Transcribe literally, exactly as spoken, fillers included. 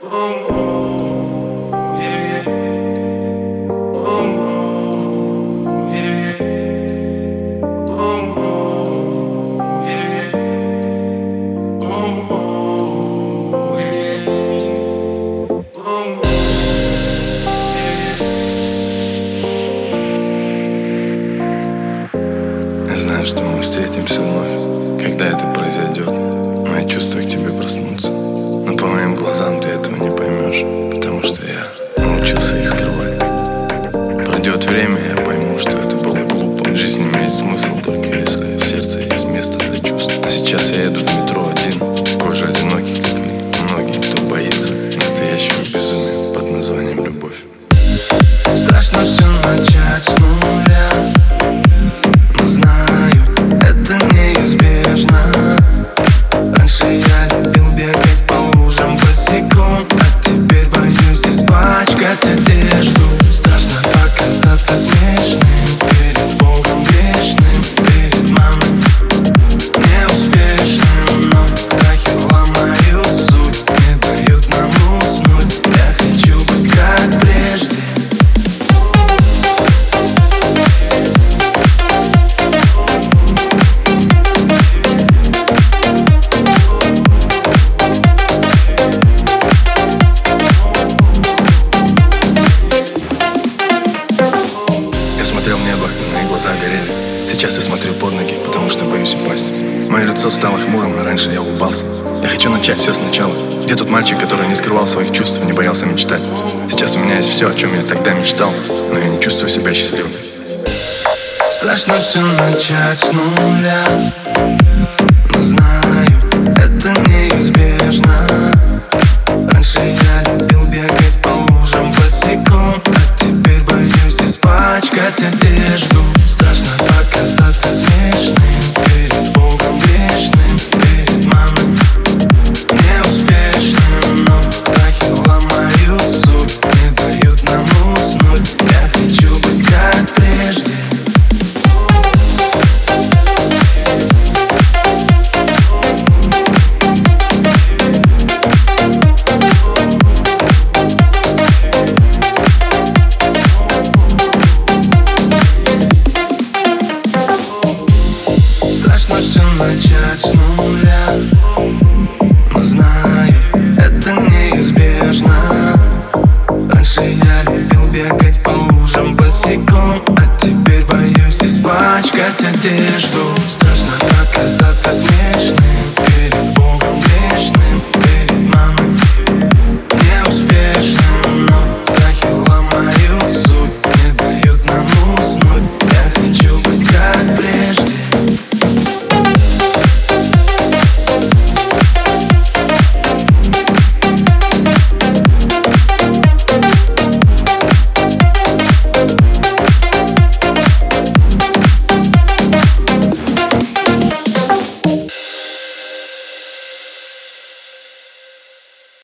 Я знаю, что мы встретимся вновь, когда это произойдет. Мои чувства к тебе проснутся, но по моим глазам ты этого не поймешь, потому что я научился их скрывать. Пройдет время, я пойму, что это было глупо. В жизни имеет смысл только если в сердце есть место для чувств. А сейчас я еду в метро один, такой же одинокий, как и многие, кто боится настоящего безумия под названием любовь. Страшно все начать с нуля, но знаю, это неизбежно. Раньше я любил бегать по лужам босиком, а теперь боюсь испачкать одежду. Страшно показаться смешным перед Богом грешным, перед мамой неуспешным. Но страхи ломают суть, не дают нам уснуть. Я хочу быть как прежде. Мои глаза горели. Сейчас я смотрю под ноги, потому что боюсь упасть. Мое лицо стало хмурым, а раньше я улыбался. Я хочу начать все сначала. Где тот мальчик, который не скрывал своих чувств, не боялся мечтать? Сейчас у меня есть все, о чем я тогда мечтал, но я не чувствую себя счастливым. Страшно все начать с нуля.